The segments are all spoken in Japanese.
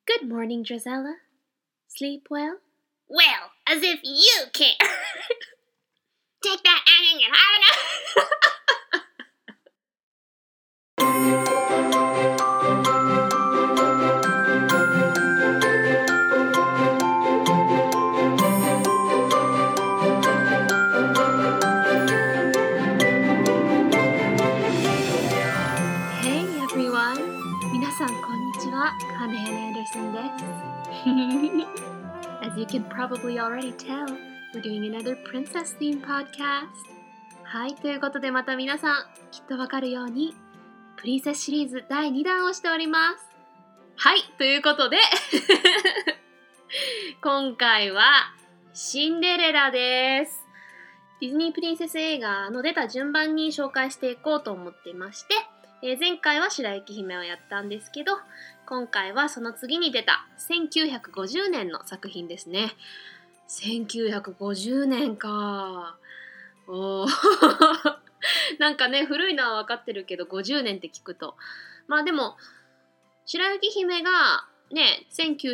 Good morning, Drizella. Sleep well? Well, as if you can't. Take that and you have Hey everyone! 皆さんこんにちは。カネヘン・アンダーソンです。As you can probably already tell, we're doing another princess theme podcast. はい、ということでまた皆さんきっとわかるようにプリンセスシリーズ第2弾をしております。はい、ということで今回はシンデレラです。ディズニープリンセス映画の出た順番に紹介していこうと思っていまして、前回は白雪姫をやったんですけど、今回はその次に出た1950年の作品ですね。1950年か。おーなんかね、古いのは分かってるけど50年って聞くと、まあでも白雪姫がね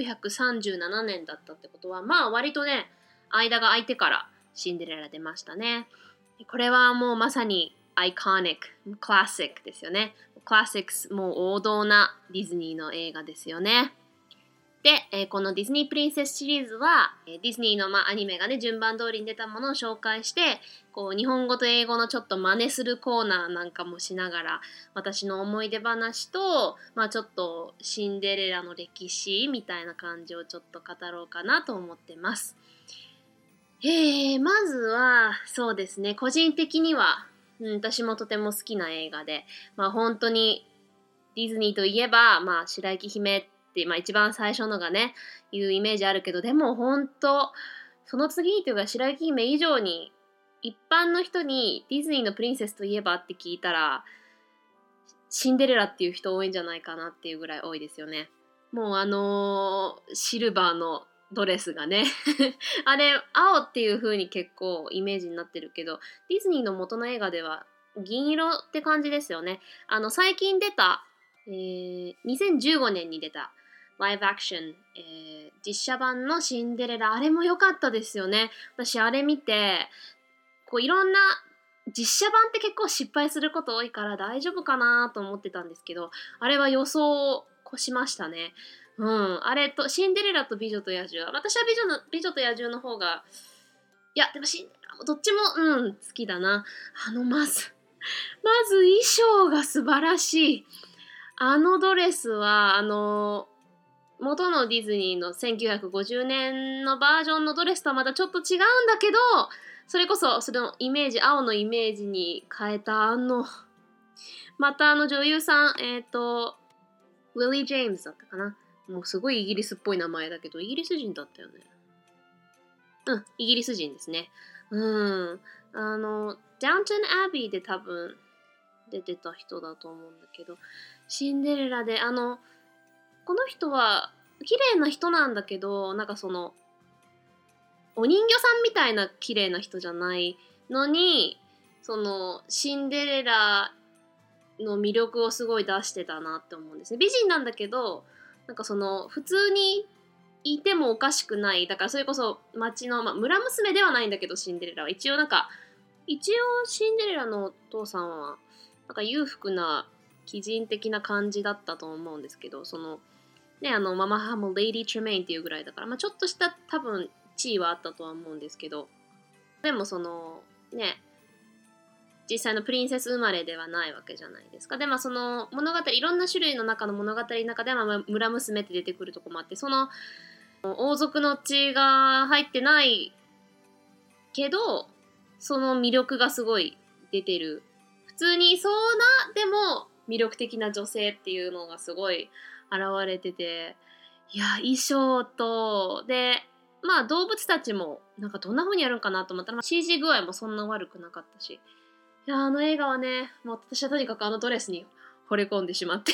1937年だったってことは、まあ割とね間が空いてからシンデレラ出ましたね。これはもうまさにアイコニック、クラシックですよね。クラシック、もう王道なディズニーの映画ですよね。で、このディズニープリンセスシリーズはディズニーの、アニメがね順番通りに出たものを紹介して、こう日本語と英語のちょっと真似するコーナーなんかもしながら、私の思い出話と、ちょっとシンデレラの歴史みたいな感じをちょっと語ろうかなと思ってます。まずはそうですね、個人的には、私もとても好きな映画で、本当にディズニーといえば、白雪姫って、一番最初のがねいうイメージあるけど、でも本当その次というか白雪姫以上に一般の人にディズニーのプリンセスといえばって聞いたらシンデレラっていう人多いんじゃないかなっていうぐらい多いですよね。もうシルバーのドレスがねあれ青っていう風に結構イメージになってるけど、ディズニーの元の映画では銀色って感じですよね。最近出た、2015年に出たライブアクション、実写版のシンデレラ、あれも良かったですよね。私あれ見てこういろんな実写版って結構失敗すること多いから大丈夫かなと思ってたんですけど、あれは予想を越しましたね。あれとシンデレラと美女と野獣、私は美女と野獣の方が、いやでもシンデレラもどっちも好きだな。まず衣装が素晴らしい。あのドレスは元のディズニーの1950年のバージョンのドレスとはまたちょっと違うんだけど、それこそそのイメージ、青のイメージに変えたまた女優さん、ウィリー・ジェームズだったかな。もうすごいイギリスっぽい名前だけど、イギリス人だったよね。イギリス人ですね。ダウントン・アビーで多分出てた人だと思うんだけど、シンデレラでこの人は綺麗な人なんだけど、なんかそのお人形さんみたいな綺麗な人じゃないのに、そのシンデレラの魅力をすごい出してたなって思うんですね。美人なんだけど、なんかその普通にいてもおかしくない。だからそれこそ町の、村娘ではないんだけど、シンデレラは一応シンデレラのお父さんはなんか裕福な貴人的な感じだったと思うんですけど、そのね、ママ母もレイディ・トゥメインっていうぐらいだから、ちょっとした多分地位はあったとは思うんですけど、でもそのね実際のプリンセス生まれではないわけじゃないですか。でその物語、いろんな種類の中の物語の中では、村娘って出てくるとこもあって、その王族の血が入ってないけどその魅力がすごい出てる、普通にいそうなでも魅力的な女性っていうのがすごい現れてて、いや衣装とで動物たちもなんかどんな風にやるんかなと思ったら、CG 具合もそんな悪くなかったし、いやあの映画はね、もう私はとにかくあのドレスに惚れ込んでしまって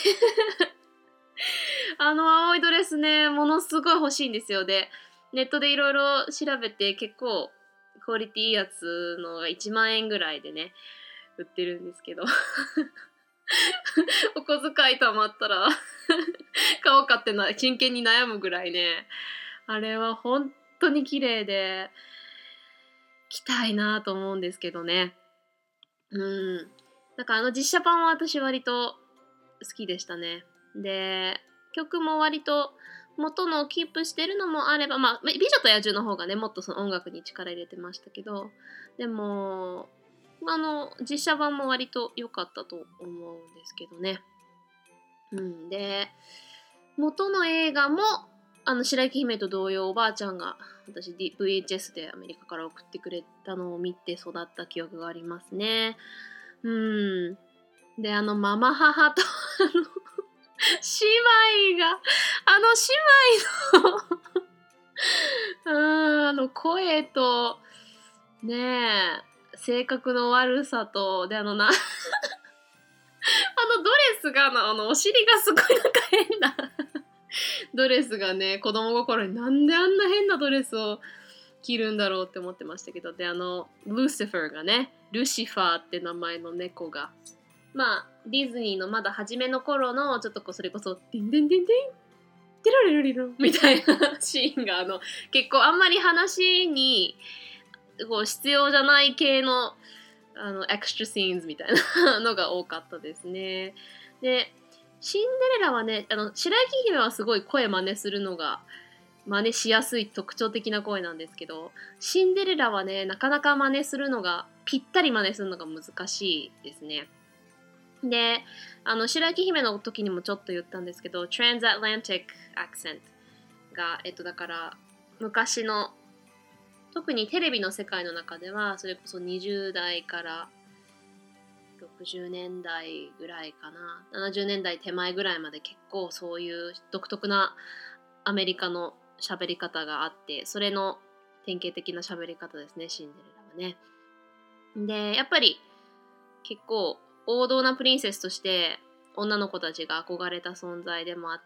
あの青いドレスね、ものすごい欲しいんですよ。でネットでいろいろ調べて、結構クオリティいいやつのが1万円ぐらいでね売ってるんですけどお小遣い貯まったら買おうかって真剣に悩むぐらいね、あれは本当に綺麗で着たいなと思うんですけどね。なんか実写版は私割と好きでしたね。で、曲も割と元のをキープしてるのもあれば、美女と野獣の方がね、もっとその音楽に力入れてましたけど、でも、実写版も割と良かったと思うんですけどね。で、元の映画も、白雪姫と同様、おばあちゃんが私 VHS でアメリカから送ってくれたのを見て育った記憶がありますね。で、ママ母と姉妹が、姉妹の声と、ねえ、性格の悪さと、で、ドレスが、お尻がすごいなんか変なドレスがね、子供心になんであんな変なドレスを着るんだろうって思ってましたけど、で、ルシファーがね、ルシファーって名前の猫が、ディズニーのまだ初めの頃の、ちょっとそれこそ、ディンデンディンディン、テロレロリロみたいなシーンが、結構あんまり話に、必要じゃない系の、エクストラシーンズみたいなのが多かったですね。で、シンデレラはね、白雪姫はすごい声真似するのが、真似しやすい特徴的な声なんですけど、シンデレラはね、なかなか真似するのが、ぴったり真似するのが難しいですね。で、白雪姫の時にもちょっと言ったんですけど、Transatlantic accent が、だから、昔の、特にテレビの世界の中では、それこそ20代から60年代ぐらいかな、70年代手前ぐらいまで結構そういう独特なアメリカの喋り方があって、それの典型的な喋り方ですね、シンデレラはね。で、やっぱり結構王道なプリンセスとして女の子たちが憧れた存在でもあって、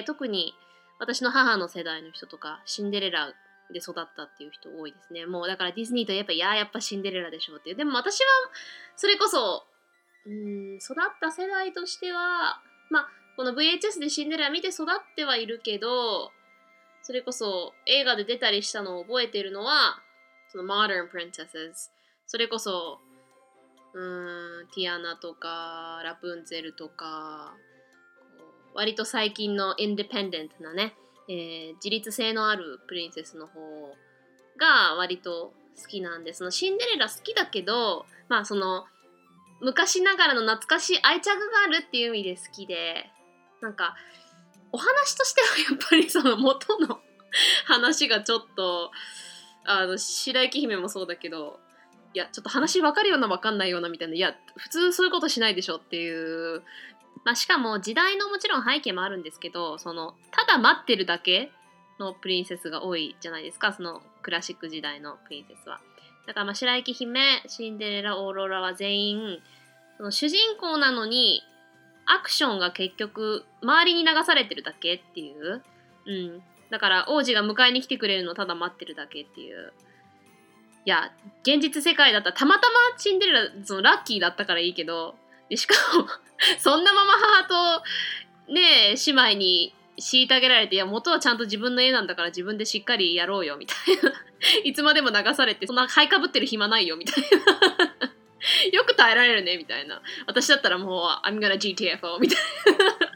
特に私の母の世代の人とかシンデレラで育ったっていう人多いですね。もうだからディズニーとやっぱシンデレラでしょうっていう。でも私はそれこそ育った世代としては、この VHS でシンデレラ見て育ってはいるけど、それこそ映画で出たりしたのを覚えているのは、その Modern Princesses。それこそ、ティアナとか、ラプンツェルとか、割と最近のインディペンデントなね、自立性のあるプリンセスの方が割と好きなんで、そのシンデレラ好きだけど、その昔ながらの懐かしい愛着があるっていう意味で好きで、なんかお話としてはやっぱりその元の話がちょっと白雪姫もそうだけど、いやちょっと話分かるような分かんないようなみたいな、いや普通そういうことしないでしょっていう、しかも時代のもちろん背景もあるんですけど、そのただ待ってるだけのプリンセスが多いじゃないですか、そのクラシック時代のプリンセスは。だから白雪姫、シンデレラ、オーロラは全員その主人公なのにアクションが結局周りに流されてるだけっていう、だから王子が迎えに来てくれるのをただ待ってるだけっていう。いや現実世界だったらたまたまシンデレラそのラッキーだったからいいけど、でしかもそんなまま母とね姉妹に虐げられて、いや元はちゃんと自分の家なんだから自分でしっかりやろうよみたいないつまでも流されてそんな買いかぶってる暇ないよみたいなよく耐えられるねみたいな。私だったらもう I'm gonna GTFO みたいな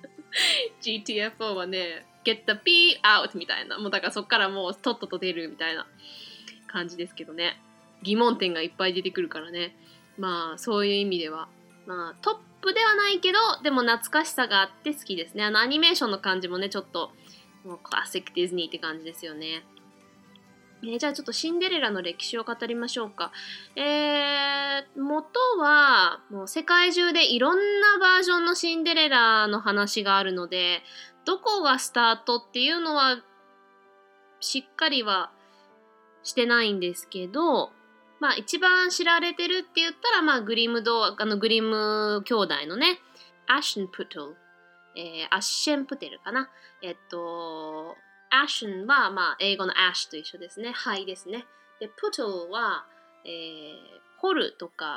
GTFO はね Get the pee out みたいな、もうだからそっからもうとっとと出るみたいな感じですけどね。疑問点がいっぱい出てくるからね。そういう意味ではトップではないけどでも懐かしさがあって好きですね。アニメーションの感じもねちょっともうクラシックディズニーって感じですよね。じゃあちょっとシンデレラの歴史を語りましょうか。元はもう世界中でいろんなバージョンのシンデレラの話があるので、どこがスタートっていうのはしっかりはしてないんですけど、一番知られてるって言ったら、グリム兄弟のね、アシェンプトル、アッシェンプテルかな。アッシュンは、英語のアッシュと一緒ですね。灰ですね。で、プトルは、掘るとか、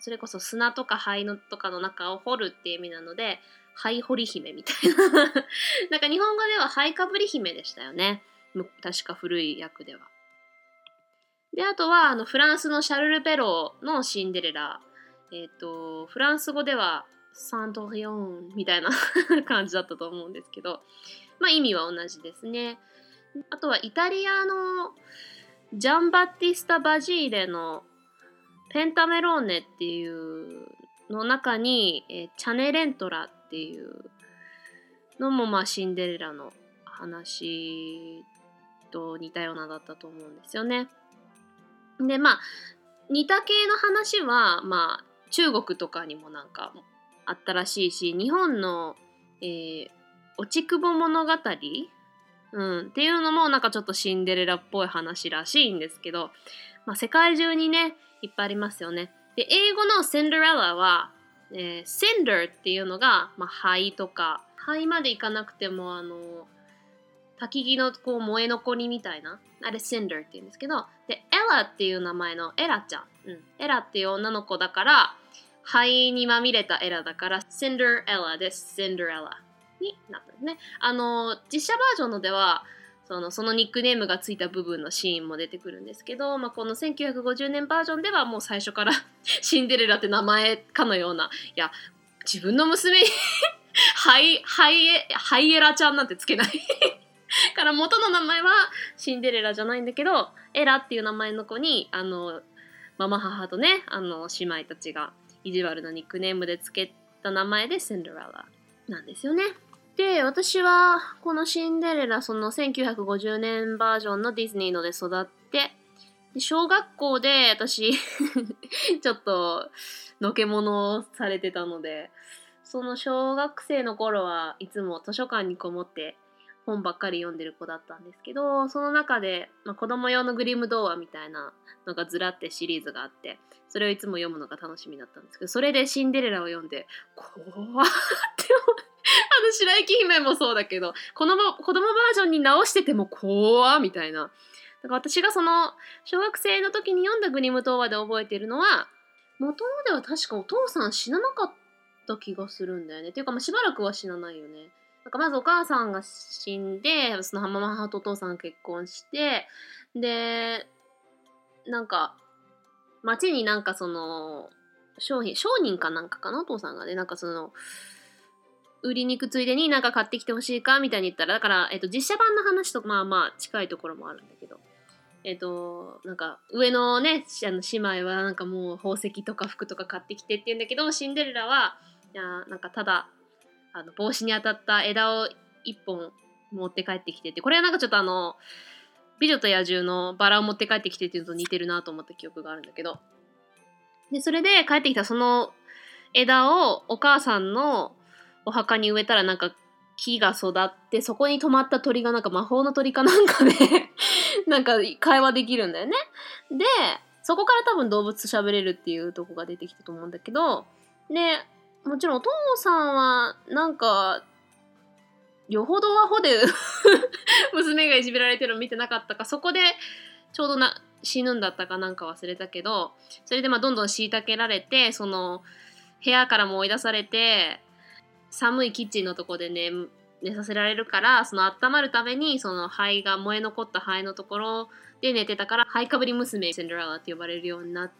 それこそ砂とか灰のとかの中を掘るっていう意味なので、灰掘り姫みたいななんか日本語では灰かぶり姫でしたよね。確か古い訳では。で、あとはフランスのシャルル・ペローのシンデレラ。フランス語ではサントリオンみたいな感じだったと思うんですけど、まあ意味は同じですね。あとはイタリアのジャンバッティスタ・バジーレのペンタメローネっていうの中に、チャネレントラっていうのもまあシンデレラの話と似たようなだったと思うんですよね。でまあ似た系の話はまあ中国とかにもなんかあったらしいし、日本の、おちくぼ物語、っていうのもなんかちょっとシンデレラっぽい話らしいんですけど、まあ、世界中にねいっぱいありますよね。で英語のシンデレラは、シンダーっていうのが、まあ、灰とか灰までいかなくても焚き木のこう燃え残りみたいなあれシンダーって言うんですけど、でエラっていう名前のエラちゃん、エラっていう女の子だから灰にまみれたエラだからシンダーエラです。シンダーエラになったんですね。実写バージョンのではそのニックネームがついた部分のシーンも出てくるんですけど、まあ、この1950年バージョンではもう最初からシンデレラって名前かのような、いや自分の娘にハイエラちゃんなんてつけないから元の名前はシンデレラじゃないんだけど、エラっていう名前の子にママ母とね姉妹たちが意地悪なニックネームでつけた名前でシンデレラなんですよね。で私はこのシンデレラその1950年バージョンのディズニーので育って、で小学校で私ちょっとのけものをされてたので、その小学生の頃はいつも図書館にこもって本ばっかり読んでる子だったんですけど、その中で、まあ、子供用のグリム童話みたいなのがずらってシリーズがあって、それをいつも読むのが楽しみだったんですけど、それでシンデレラを読んで怖って思って白雪姫もそうだけど、子供バージョンに直してても怖みたいな。だから私がその小学生の時に読んだグリム童話で覚えているのは、元のでは確かお父さん死ななかった気がするんだよね。っていうかまあしばらくは死なないよね。なんかまずお母さんが死んで、そのママ母とお父さんが結婚して、でなんか町になんかその商人かなんかかな、お父さんがね、なんかその売りに行くついでになんか買ってきてほしいかみたいに言ったら、だから、実写版の話とまあまあ近いところもあるんだけど、なんか上のね姉妹はなんかもう宝石とか服とか買ってきてって言うんだけど、シンデレラはいやなんかただ帽子に当たった枝を一本持って帰ってきてって、これはなんかちょっと美女と野獣のバラを持って帰ってきてっていうのと似てるなと思った記憶があるんだけど、でそれで帰ってきたその枝をお母さんのお墓に植えたらなんか木が育って、そこに止まった鳥がなんか魔法の鳥かなんかでなんか会話できるんだよね。でそこから多分動物と喋れるっていうとこが出てきたと思うんだけど、でもちろんお父さんはなんかよほどアホで娘がいじめられてるの見てなかったか、そこでちょうど死ぬんだったかなんか忘れたけど、それでまあどんどん虐げられて、その部屋からも追い出されて寒いキッチンのとこで寝させられるから、その温まるためにその灰が燃え残った灰のところで寝てたから、灰かぶり娘シンデレラって呼ばれるようになって、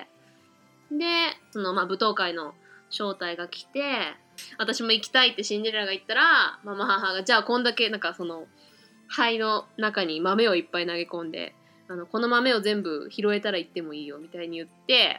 でそのまあ舞踏会の招待が来て、私も行きたいってシンデレラが言ったら、ママ母がじゃあこんだけなんかその灰の中に豆をいっぱい投げ込んで、この豆を全部拾えたら行ってもいいよみたいに言って、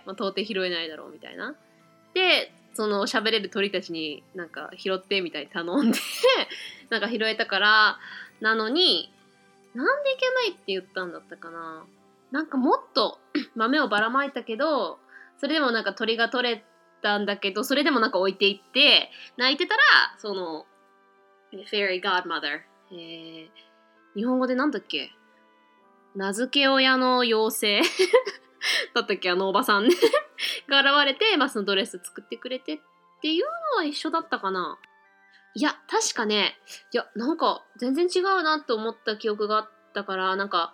まあ、到底拾えないだろうみたいな。でその喋れる鳥たちになんか拾ってみたいに頼んでなんか拾えたからなのに、なんでいけないって言ったんだったかな。なんかもっと豆をばらまいたけど、それでもなんか鳥が取れたんだけど、それでもなんか置いていって泣いてたら、そのフェリーガードマザー、日本語でなんだっけ、名付け親の妖精だったっけ、おばさんねが現れて、まあ、そのドレス作ってくれてっていうのは一緒だったかな。いや確かね、いやなんか全然違うなって思った記憶があったから、なんか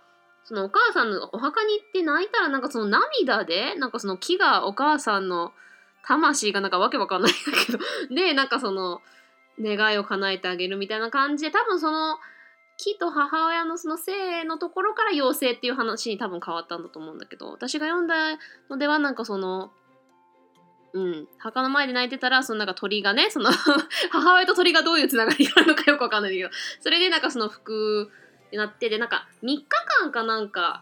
そのお母さんのお墓に行って泣いたらなんかその涙でなんかその木がお母さんの魂がなんかわけわかんないんだけどでなんかその願いを叶えてあげるみたいな感じで多分その木と母親のその性のところから妖精っていう話に多分変わったんだと思うんだけど私が読んだのではなんかその墓の前で泣いてたらそのなんか鳥がねその母親と鳥がどういうつながりがあるのかよくわかんないんだけどそれでなんかその服になってでなんか3日間かなんか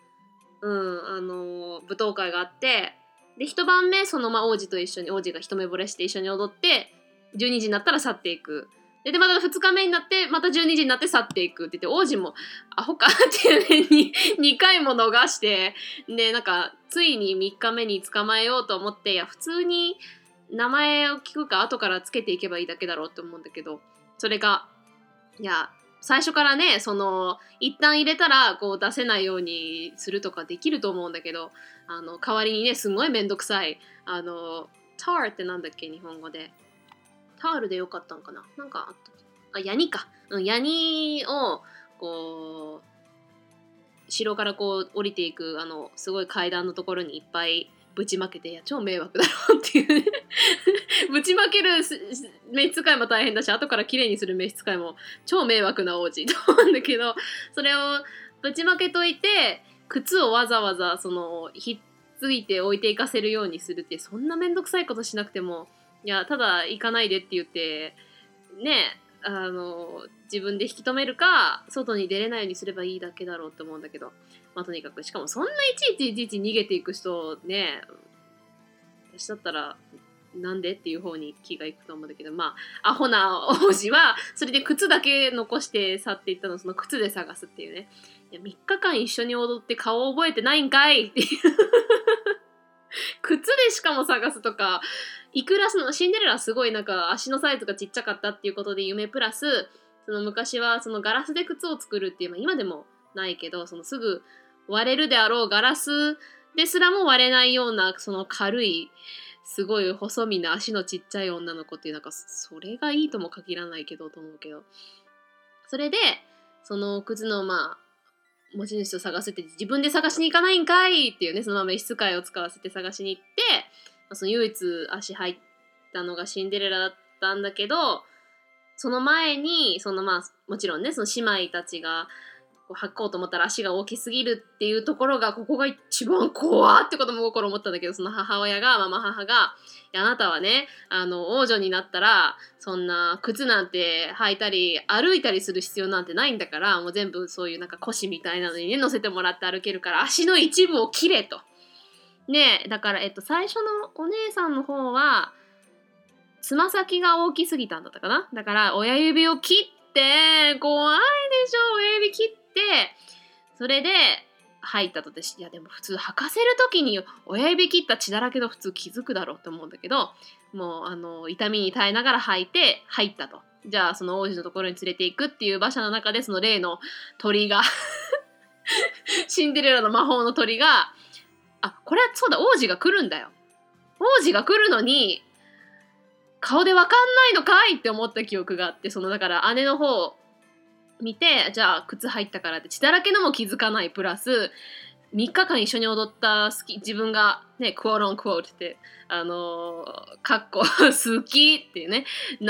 舞踏会があってで一晩目その王子と一緒に王子が一目惚れして一緒に踊って12時になったら去っていくでまた2日目になってまた12時になって去っていくって言って王子もアホかっていうね2回も逃してでなんかついに3日目に捕まえようと思っていや普通に名前を聞くか後からつけていけばいいだけだろうって思うんだけどそれがいや最初からねその一旦入れたらこう出せないようにするとかできると思うんだけど代わりにねすごいめんどくさいターってなんだっけ日本語でタールでよかったんかななんかヤニか、ヤニをこう城からこう降りていくすごい階段のところにいっぱいぶちまけていや超迷惑だろっていうねぶちまける召使いも大変だし後から綺麗にする召使いも超迷惑な王子と思うんだけどそれをぶちまけといて靴をわざわざそのひっついて置いていかせるようにするってそんなめんどくさいことしなくてもいやただ行かないでって言ってね自分で引き止めるか外に出れないようにすればいいだけだろうって思うんだけどとにかくしかもそんないちいち逃げていく人ね私だったらなんでっていう方に気がいくと思うんだけどアホな王子はそれで靴だけ残して去っていったのをその靴で探すっていうねいや3日間一緒に踊って顔覚えてないんかいっていう靴でしかも探すとかいくらそのシンデレラすごいなんか足のサイズがちっちゃかったっていうことで夢プラスその昔はそのガラスで靴を作るっていう、今でもないけどそのすぐ割れるであろうガラスですらも割れないようなその軽いすごい細身の足のちっちゃい女の子っていうなんかそれがいいとも限らないけどと思うけどそれでその靴の持ち主を探せて自分で探しに行かないんかいっていうねその召使いを使わせて探しに行ってその唯一足入ったのがシンデレラだったんだけどその前にそのもちろんねその姉妹たちがこう履こうと思ったら足が大きすぎるっていうところがここが一番怖って子供心思ったんだけどその母親がママ母があなたはね王女になったらそんな靴なんて履いたり歩いたりする必要なんてないんだからもう全部そういうなんか腰みたいなのにね乗せてもらって歩けるから足の一部を切れと。ねだから最初のお姉さんの方はつま先が大きすぎたんだったかなだから親指を切って怖いでしょ親指切ってそれで入ったとていやでも普通履かせる時に親指切った血だらけの普通気づくだろうって思うんだけどもう痛みに耐えながら履いて入ったとじゃあその王子のところに連れて行くっていう馬車の中でその例の鳥がシンデレラの魔法の鳥がこれはそうだ王子が来るんだよ王子が来るのに顔でわかんないのかいって思った記憶があってそのだから姉の方見てじゃあ靴入ったからって血だらけのも気づかないプラス3日間一緒に踊った自分がねクオーロンクオーってかっこ好きっていうね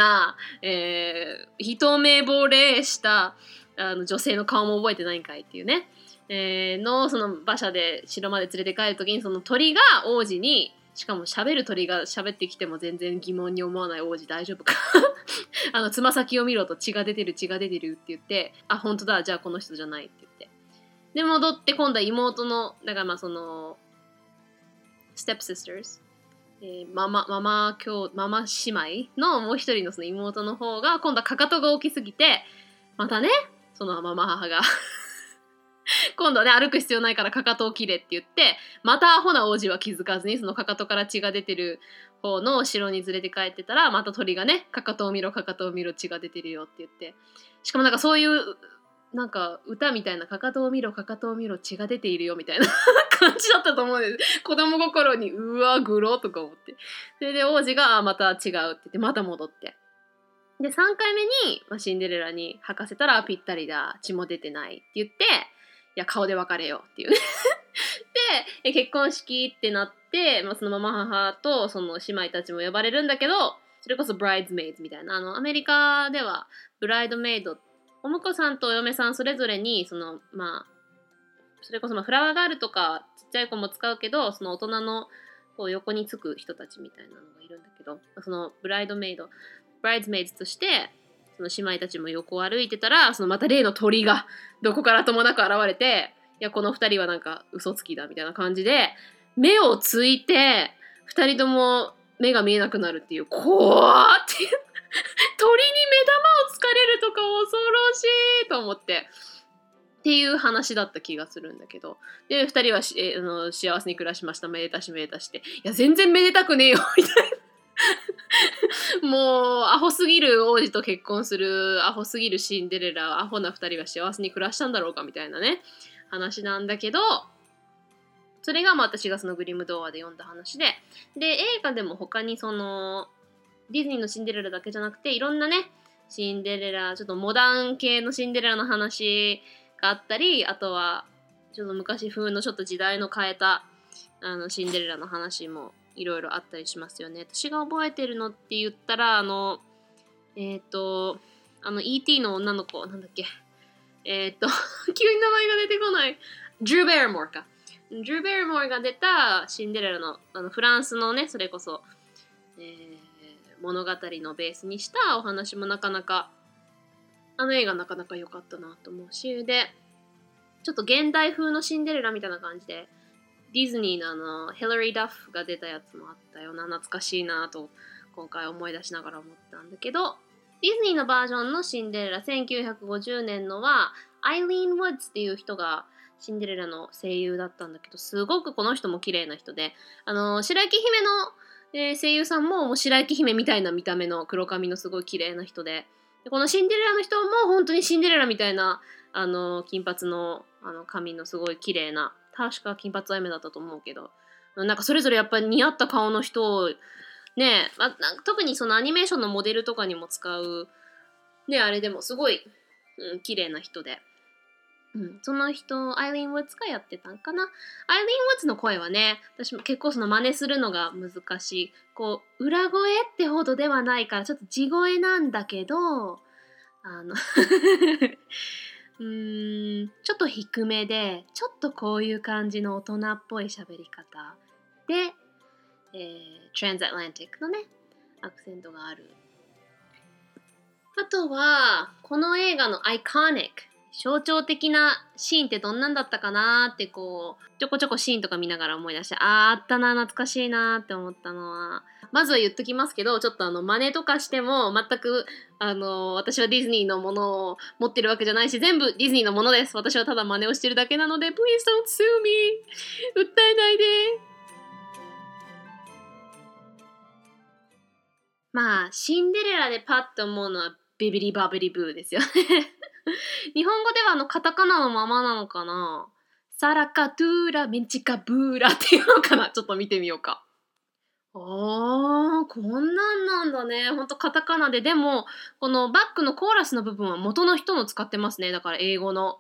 一目惚れした女性の顔も覚えてないんかいっていうね、その馬車で城まで連れて帰る時にその鳥が王子にしかも喋る鳥が喋ってきても全然疑問に思わない王子大丈夫かつま先を見ろと血が出てるって言って本当だじゃあこの人じゃないって言ってで戻って今度は妹のだからそのステップシスターズママ姉妹のもう一人のその妹の方が今度はかかとが大きすぎてまたねそのママ母が今度はね歩く必要ないからかかとを切れって言ってまたアホな王子は気づかずにそのかかとから血が出てる方の城に連れて帰ってたらまた鳥がねかかとを見ろ血が出てるよって言ってしかもなんかそういうなんか歌みたいなかかとを見ろ血が出ているよみたいな感じだったと思うんです子供心にうわグロとか思ってそれで王子がまた違うって言ってまた戻ってで3回目に、シンデレラに履かせたらぴったりだ血も出てないって言ってや顔で別れようっていうねで結婚式ってなって、そのママ母とその姉妹たちも呼ばれるんだけど、それこそブライドメイズみたいな、アメリカではブライドメイド、お婿さんとお嫁さんそれぞれにそのそれこそフラワーガールとかちっちゃい子も使うけど、その大人のこう横につく人たちみたいなのがいるんだけど、そのブライドメイズとしてその姉妹たちも横を歩いてたら、そのまた例の鳥がどこからともなく現れて、いやこの2人はなんか嘘つきだみたいな感じで目をついて2人とも目が見えなくなるっていう、怖ーっていう鳥に目玉をつかれるとか恐ろしいと思ってっていう話だった気がするんだけど、で2人は幸せに暮らしました、めでたしめでたして、いや全然めでたくねえよみたいなもうアホすぎる王子と結婚するアホすぎるシンデレラ、アホな2人は幸せに暮らしたんだろうかみたいなね話なんだけど、それが私がそのグリム童話で読んだ話で、映画でも他にそのディズニーのシンデレラだけじゃなくていろんなねシンデレラ、ちょっとモダン系のシンデレラの話があったり、あとはちょっと昔風のちょっと時代の変えたシンデレラの話もいろいろあったりしますよね。私が覚えてるのって言ったらE.T. の女の子なんだっけ急に名前が出てこない。ドゥー・ベアモアか。ドゥー・ベアモアが出たシンデレラのフランスのね、それこそ、物語のベースにしたお話もなかなか映画なかなか良かったなと思うし、でちょっと現代風のシンデレラみたいな感じでディズニーのヒラリー・ダフが出たやつもあったよな、懐かしいなと今回思い出しながら思ったんだけど、ディズニーのバージョンのシンデレラ1950年のはアイリーン・ウッズっていう人がシンデレラの声優だったんだけど、すごくこの人も綺麗な人で、白雪姫の、声優さんも白雪姫みたいな見た目の黒髪のすごい綺麗な人で、このシンデレラの人も本当にシンデレラみたいな金髪の髪のすごい綺麗な、確か金髪アイメだったと思うけど、なんかそれぞれやっぱり似合った顔の人をね、なんか特にそのアニメーションのモデルとかにも使うね、あれでもすごい、綺麗な人で、その人アイリーン・ウッズがやってたんかな。アイリーン・ウッズの声はね、私も結構その真似するのが難しい、こう裏声ってほどではないからちょっと地声なんだけどちょっと低めでちょっとこういう感じの大人っぽい喋り方で、トランスアトランティックのねアクセントがある。あとはこの映画のアイコニック象徴的なシーンってどんなんだったかなってこうちょこちょこシーンとか見ながら思い出して、あったな、懐かしいなって思ったのは、まずは言っときますけど、ちょっと真似とかしても全く私はディズニーのものを持ってるわけじゃないし、全部ディズニーのものです。私はただ真似をしてるだけなので Please don't sue me 訴えないで。シンデレラでパッと思うのはビビリバビリブーですよね日本語ではカタカナのままなのかな。サラカトゥーラメンチカブーラっていうのかな。ちょっと見てみようか。こんなんなんだね。ほんとカタカナで、でもこのバックのコーラスの部分は元の人の使ってますね。だから英語の。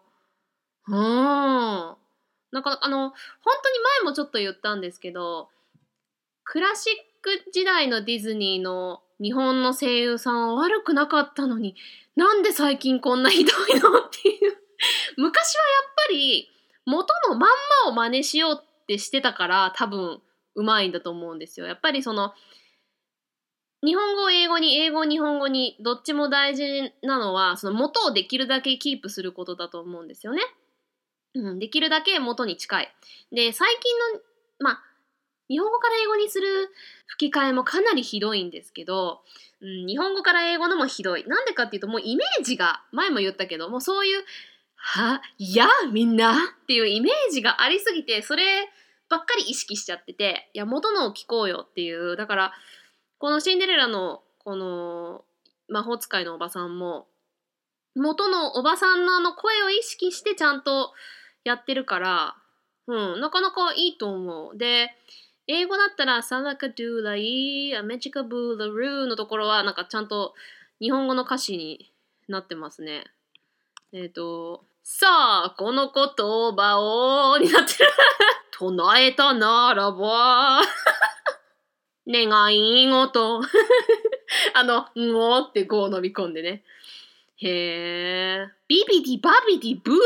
なんか本当に前もちょっと言ったんですけど、クラシック時代のディズニーの日本の声優さんは悪くなかったのに、なんで最近こんなひどいのっていう昔はやっぱり元のまんまを真似しようってしてたから多分うまいんだと思うんですよ。やっぱりその日本語を英語に、英語を日本語にどっちも大事なのはその元をできるだけキープすることだと思うんですよね。できるだけ元に近い。で最近の日本語から英語にする吹き替えもかなりひどいんですけど、日本語から英語のもひどい。なんでかっていうともうイメージが前も言ったけどもうそういうみんなっていうイメージがありすぎてそればっかり意識しちゃってて、いや元のを聞こうよっていう。だからこのシンデレラのこの魔法使いのおばさんも元のおばさんの声を意識してちゃんとやってるから、なかなかいいと思う。で英語だったらサラカドゥライアメチカブーラルーのところはなんかちゃんと日本語の歌詞になってますね。 さあ、この言葉を、になってる。唱えたならば、願い事。んごって語を飲み込んでね。へー。ビビディバビディブー。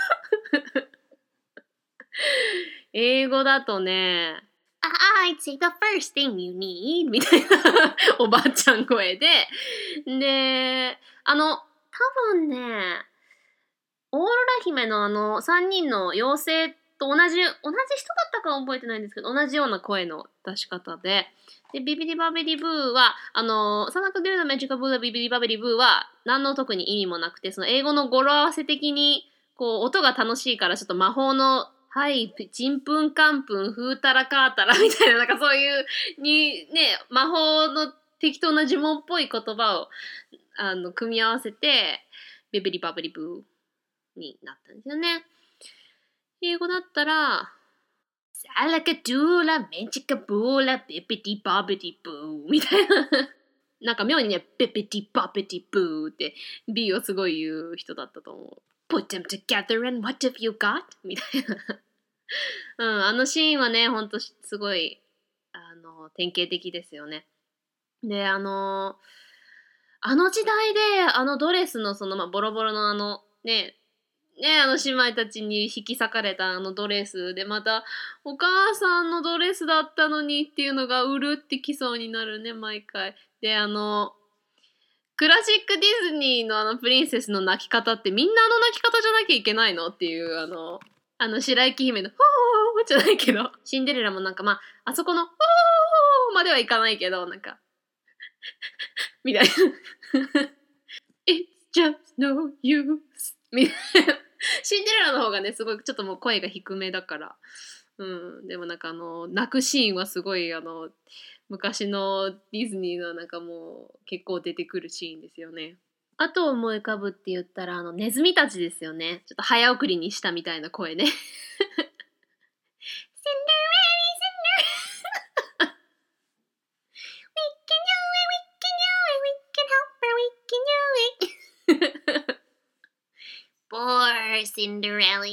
英語だとね、 I'd say the first thing you need. みたいなおばあちゃん声で、で、多分ね、オーロラ姫の3人の妖精と同じ人だったかは覚えてないんですけど、同じような声の出し方で、で、ビビディバビディブーは、サナクデューのメジカブーラビビディバビディブーは、何の特に意味もなくて、その英語の語呂合わせ的に、こう、音が楽しいから、ちょっと魔法の、はい、ちんぷんかんぷん、ふうたらかーたら、みたいな、なんかそういう、ね、魔法の適当な呪文っぽい言葉を、組み合わせて、ビビディバビディブーになったんですよね。英語だったら、サラカドゥーラ、メジカブーラ、ビビディバビディブーみたいな。なんか妙にね、ビビディバビディブーって B をすごい言う人だったと思う。Put them together and what have you got? みたいな。シーンはね、ほんとすごい、典型的ですよね。で、時代で、ドレスのボロボロの姉妹たちに引き裂かれたドレスで、また、お母さんのドレスだったのにっていうのがうるってきそうになるね、毎回。で、クラシックディズニーのプリンセスの泣き方ってみんな泣き方じゃなきゃいけないのっていう、白雪姫の、ほーじゃないけど、シンデレラもなんかあそこの、ほーまではいかないけど、なんか、みたいな。It's just no use. みたいな。シンデレラの方がね、すごいちょっともう声が低めだから。でもなんか泣くシーンはすごい昔のディズニーのなんかもう結構出てくるシーンですよね。あと思い浮かぶって言ったらネズミたちですよね。ちょっと早送りにしたみたいな声ね。 Poor Cinderella.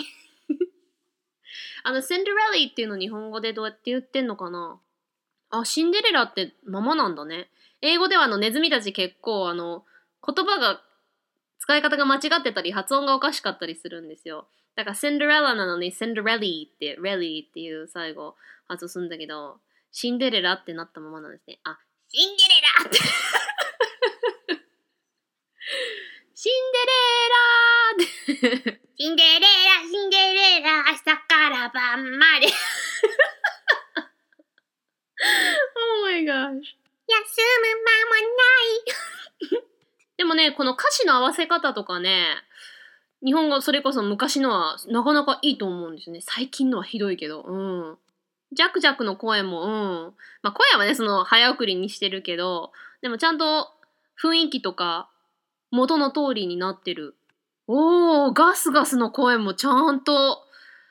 シンデレラっていうの日本語でどうやって言ってんのかな。シンデレラってままなんだね。英語ではネズミたち結構言葉が使い方が間違ってたり発音がおかしかったりするんですよ。だからシンデレラなのにシンデレリーってレリーっていう最後発音するんだけど、シンデレラってなったままなんですね。 シンデレラってシンデレラーってシンデレラ、シンデレラ、朝から晩まで Oh my gosh. 休む間もないでもね、この歌詞の合わせ方とかね、日本語それこそ昔のはなかなかいいと思うんですよね。最近のはひどいけど。ジャクジャクの声も、声はね、早送りにしてるけど、でもちゃんと雰囲気とか元の通りになってる。ガスガスの声もちゃんと、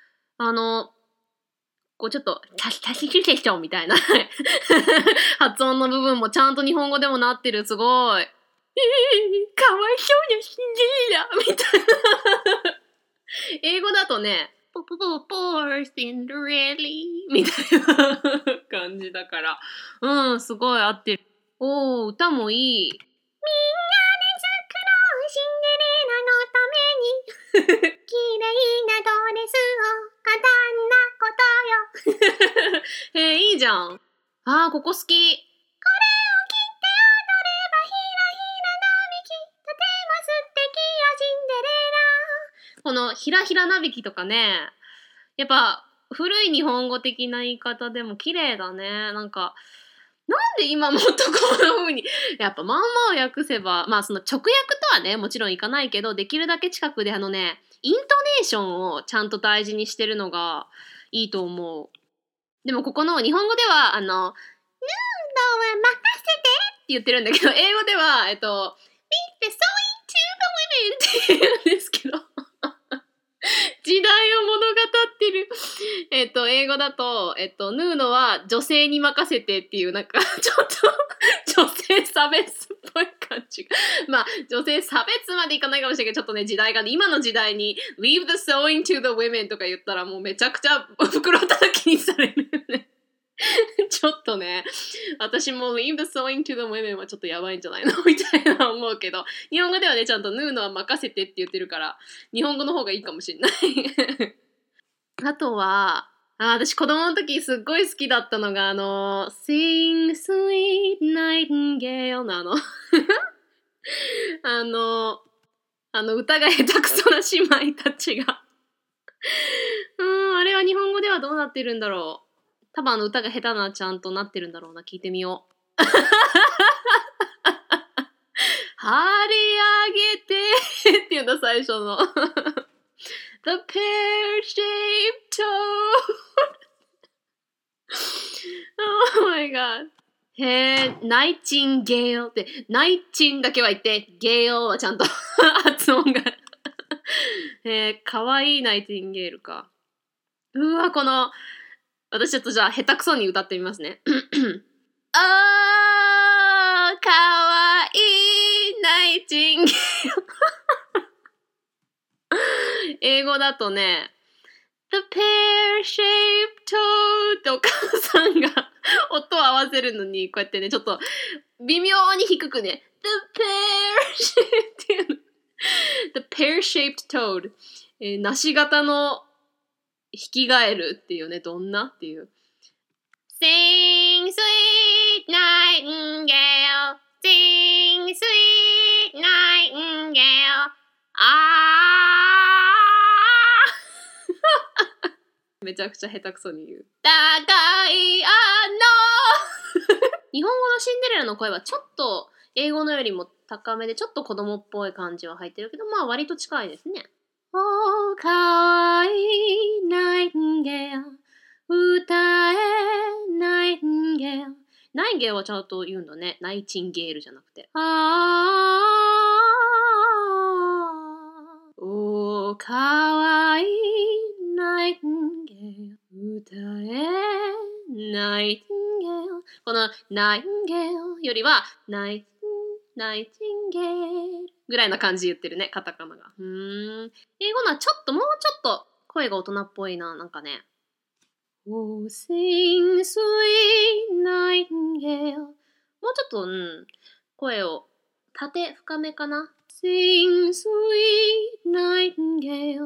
こうちょっと、キャシキションみたいな発音の部分もちゃんと日本語でもなってる。すごい。かわいそうなシンデレラみたいな。英語だとね、Poor Cinderella みたいな感じだから。すごい合ってる。歌もいい。 みんなで作ろうシンデレラのために綺麗なドレスを簡単なことよいいじゃん。ここ好き。 これを着て踊ればひらひらなびきとても素敵よシンデレラ。 このひらひらなびきとかね、やっぱ古い日本語的な言い方でも綺麗だね。なんで今もっとこんな風にやっぱまんまを訳せば、直訳とはねもちろんいかないけど、できるだけ近くでイントネーションをちゃんと大事にしてるのがいいと思う。でもここの日本語ではヌードは任せてって言ってるんだけど、英語ではLeave the sewing to the women って言うんですけど時代を物語ってる。英語だと、ヌーノは女性に任せてっていう、なんか、ちょっと女性差別っぽい感感じが。まあ、女性差別までいかないかもしれないけど、ちょっとね、時代がね、今の時代に Leave the sewing to the women とか言ったらもうめちゃくちゃ袋叩きにされるよね。ちょっとね、私も Leave the sewing to the women はちょっとやばいんじゃないのみたいな思うけど、日本語ではね、ちゃんと縫うのは任せてって言ってるから、日本語の方がいいかもしれない。あとは、私子供の時すっごい好きだったのがSing Sweet Nightingale の歌が下手くそな姉妹たちがあれは日本語ではどうなってるんだろう。多分歌が下手なちゃんとなってるんだろうな。聞いてみよう。張り上げてっていうの最初のThe pear-shaped toad Oh my god ナイチンゲールってナイチンだけは言ってゲールはちゃんと発音がかわいいナイチンゲールか。うわ私ちょっとじゃあ下手くそに歌ってみますね。かわいいナイチンゲール英語だとね The pear-shaped toad ってお母さんが音を合わせるのにこうやってねちょっと微妙に低くね The pear-shaped toad 梨型の引き返るっていうねどんなっていう Sing sweet nightingale, sing sweet nightingale. めちゃくちゃ下手くそに言う。 高い日本語のシンデレラの声はちょっと英語のよりも高めでちょっと子供っぽい感じは入ってるけどまあ割と近いですね。かわいいナインゲール歌えナインゲールナインゲールはちゃんと言うんだね。ナイチンゲールじゃなくてかわいいナイティンゲール歌えナイティンゲールこのナイティンゲールよりはナイティンゲールぐらいな感じで言ってるねカタカナが英語のはちょっともうちょっと声が大人っぽいななんかねOh sing sweet nightingale もうちょっと声を縦深めかなSing sweet nightingale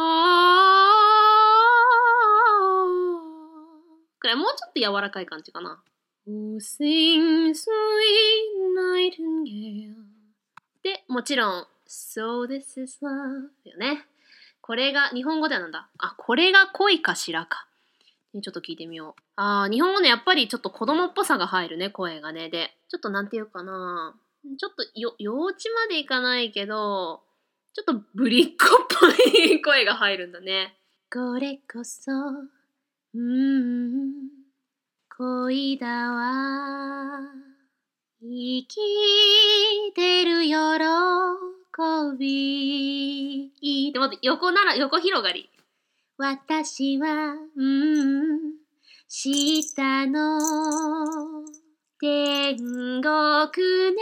くらいもうちょっと柔らかい感じかな Oh sing sweet nightingale でもちろん So this is love だよねこれが日本語ではなんだこれが恋かしらかちょっと聞いてみよう日本語ねやっぱりちょっと子供っぽさが入るね声がねでちょっとなんていうかなちょっと幼稚までいかないけどちょっとぶりっ子っぽい声が入るんだねこれこそ恋だわ生きてる喜びでも横なら横広がり私は下の天国根の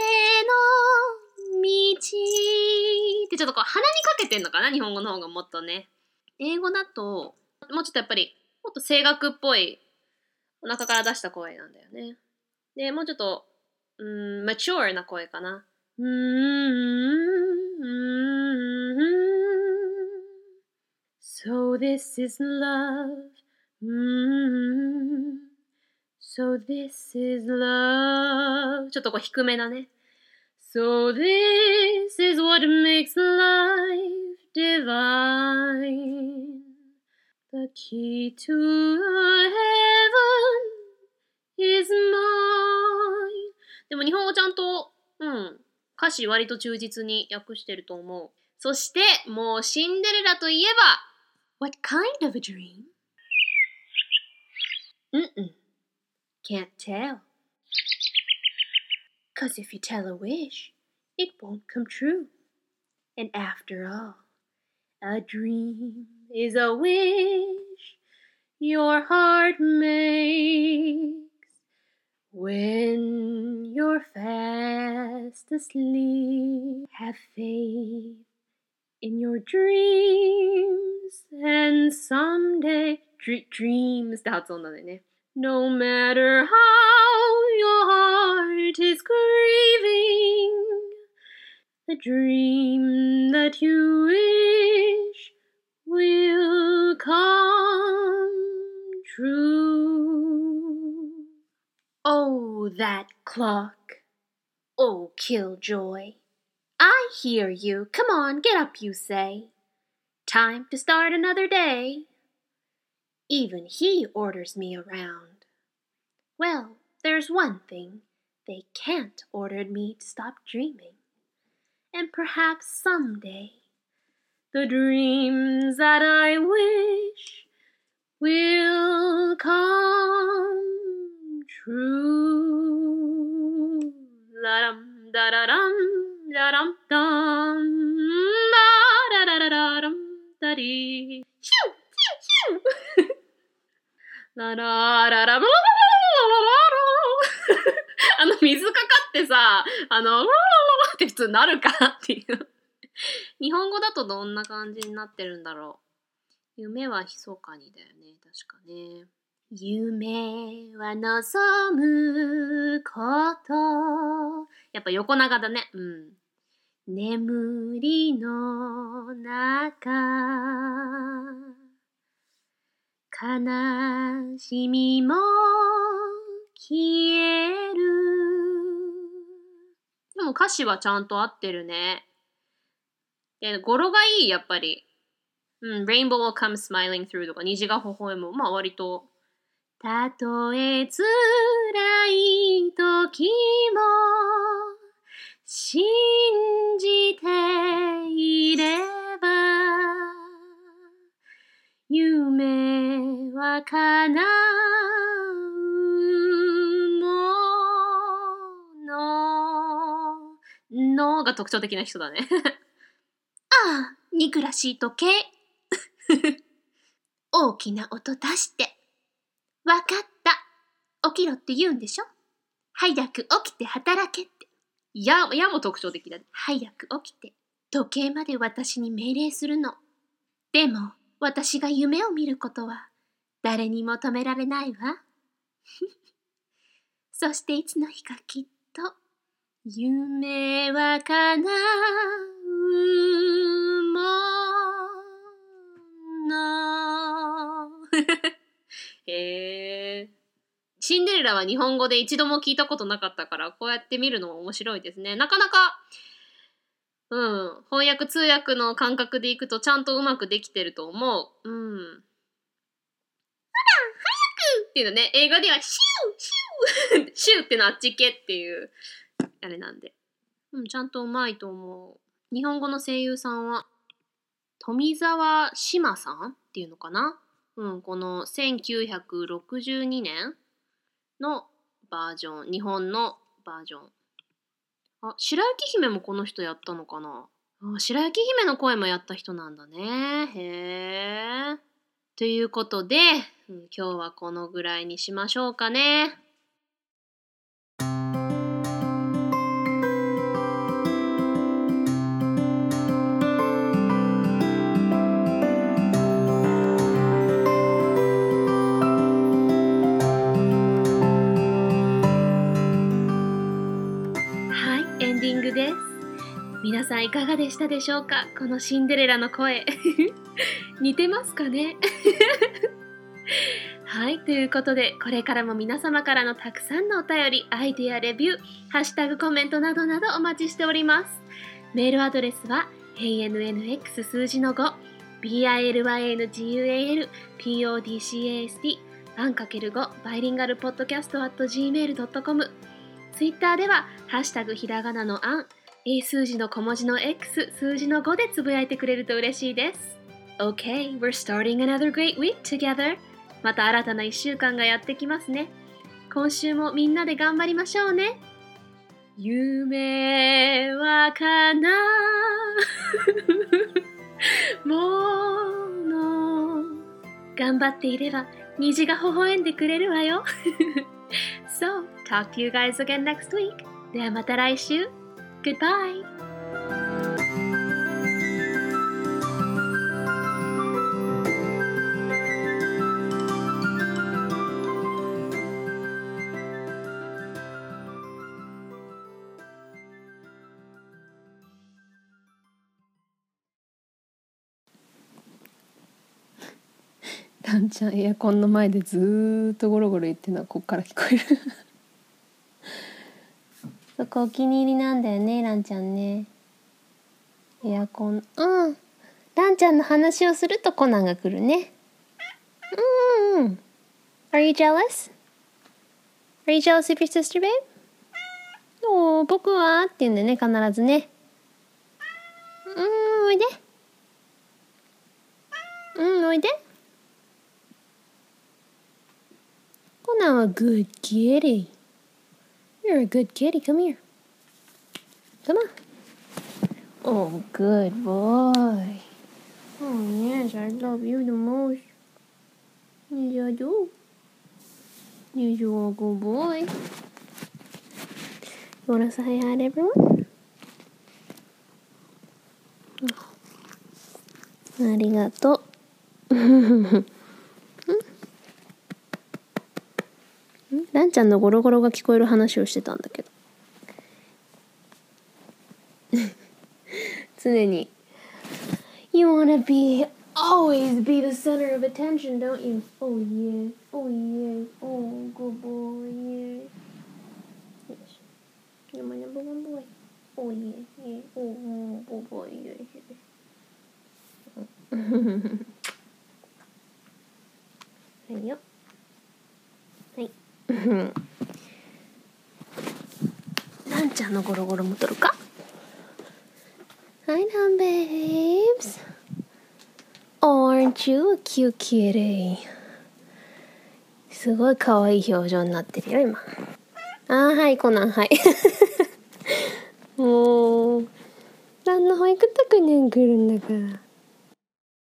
道ってちょっとこう鼻にかけてんのかな日本語の方がもっとね英語だともうちょっとやっぱりもっと声楽っぽいお腹から出した声なんだよねでもうちょっとマチュアな声かなSo this is love So this is love ちょっとこう低めだね So this is what makes life divine The key to heaven is mine でも日本語ちゃんと歌詞割と忠実に訳してると思うそしてもうシンデレラといえば What kind of a dream? Can't tell. 'Cause if you tell a wish, it won't come true. And after all, a dream is a wish your heart makes When you're fast asleep, have faith in your dreams, and someday dreams って発音なんだよね。No matter how your heart is grieving, the dream that you wish will come true. Oh, that clock. Oh, Killjoy. I hear you. Come on, get up, you say. Time to start another day. Even he orders me around. Well, there's one thing. They can't order me to stop dreaming. And perhaps someday, the dreams that I wish will come true. La-dum, da-da-dum, da-dum, dum, da-da-da-da-dum, da-dee. Shoo, shoo, shoo. La-da-da-da、水かかってさ、って普通なるかっていう。日本語だとどんな感じになってるんだろう。夢は密かにだよね、確かね。夢は望むこと。やっぱ横長だね。うん。眠りの中。悲しみも消える。でも歌詞はちゃんと合ってるね。語呂がいい、やっぱり。Rainbow will come smiling through とか、虹が微笑む。まあ割と。たとえ辛い時も信じていれば夢は叶うものが特徴的な人だね。ああ、憎らしい時計。大きな音出して。わかった。起きろって言うんでしょ。早く起きて働けって。やも特徴的だね。早く起きて。時計まで私に命令するの。でも、私が夢を見ることは誰にも止められないわ。そしていつの日かきっと夢は叶うもの。シンデレラは日本語で一度も聞いたことなかったから、こうやって見るのも面白いですね。なかなか、翻訳通訳の感覚でいくとちゃんとうまくできてると思う。ほら、早くっていうのね、英語ではシューシューシューってのはあっち系っていうあれなんで。ちゃんとうまいと思う。日本語の声優さんは富澤志麻さんっていうのかな。この1962年のバージョン、日本のバージョン。あ、白雪姫もこの人やったのかな。白雪姫の声もやった人なんだね。へー。ということで、今日はこのぐらいにしましょうかね。皆さんいかがでしたでしょうか。このシンデレラの声似てますかね。はい、ということでこれからも皆様からのたくさんのお便り、アイデア、レビュー、ハッシュタグコメントなどなどお待ちしております。メールアドレスは ANNX 数字の5 BILYNGUAL PODCAST 1×5 バイリンガルポッドキャスト @gmail.com。 ツイッターではハッシュタグひらがなのあん、英数字の小文字の X、数字の5でつぶやいてくれると嬉しいです。Okay, we're starting another great week together. また新たな1週間がやってきますね。今週もみんなで頑張りましょうね。夢は叶うもの。頑張っていれば虹が微笑んでくれるわよ。So talk to you guys again next week. ではまた来週。Goodbye! ランちゃんエアコンの前でずーっとゴロゴロ言ってるのはこっから聞こえるそこお気に入りなんだよね、ランちゃんね。エアコン、ランちゃんの話をするとコナンが来るね。Are you jealous? Are you jealous of your sister, babe? 僕はって言うんだよね、必ずね。おいで。おいで。コナンは good kitty. You're a good kitty. Come here. Come on. Oh, good boy. Oh, yes, I love you the most. Yes, I do. Yes, you're a good boy. You want to say hi to everyone? ありがとう。ランちゃんのゴロゴロが聞こえる話をしてたんだけど常に You wanna always be the center of attention, don't you? Oh yeah, oh yeah, oh good boy, yeah. Yes, you're my number one boy. Oh yeah, yeah, oh good boy, yeah, yeah. はいよ。はい。ランちゃんのゴロゴロも撮るか。Hi, now, babes. Aren't you a cute kitty? すごい可愛い表情になってるよ、今。はい、コナン、はい。もう、ランの保育宅に来るんだから。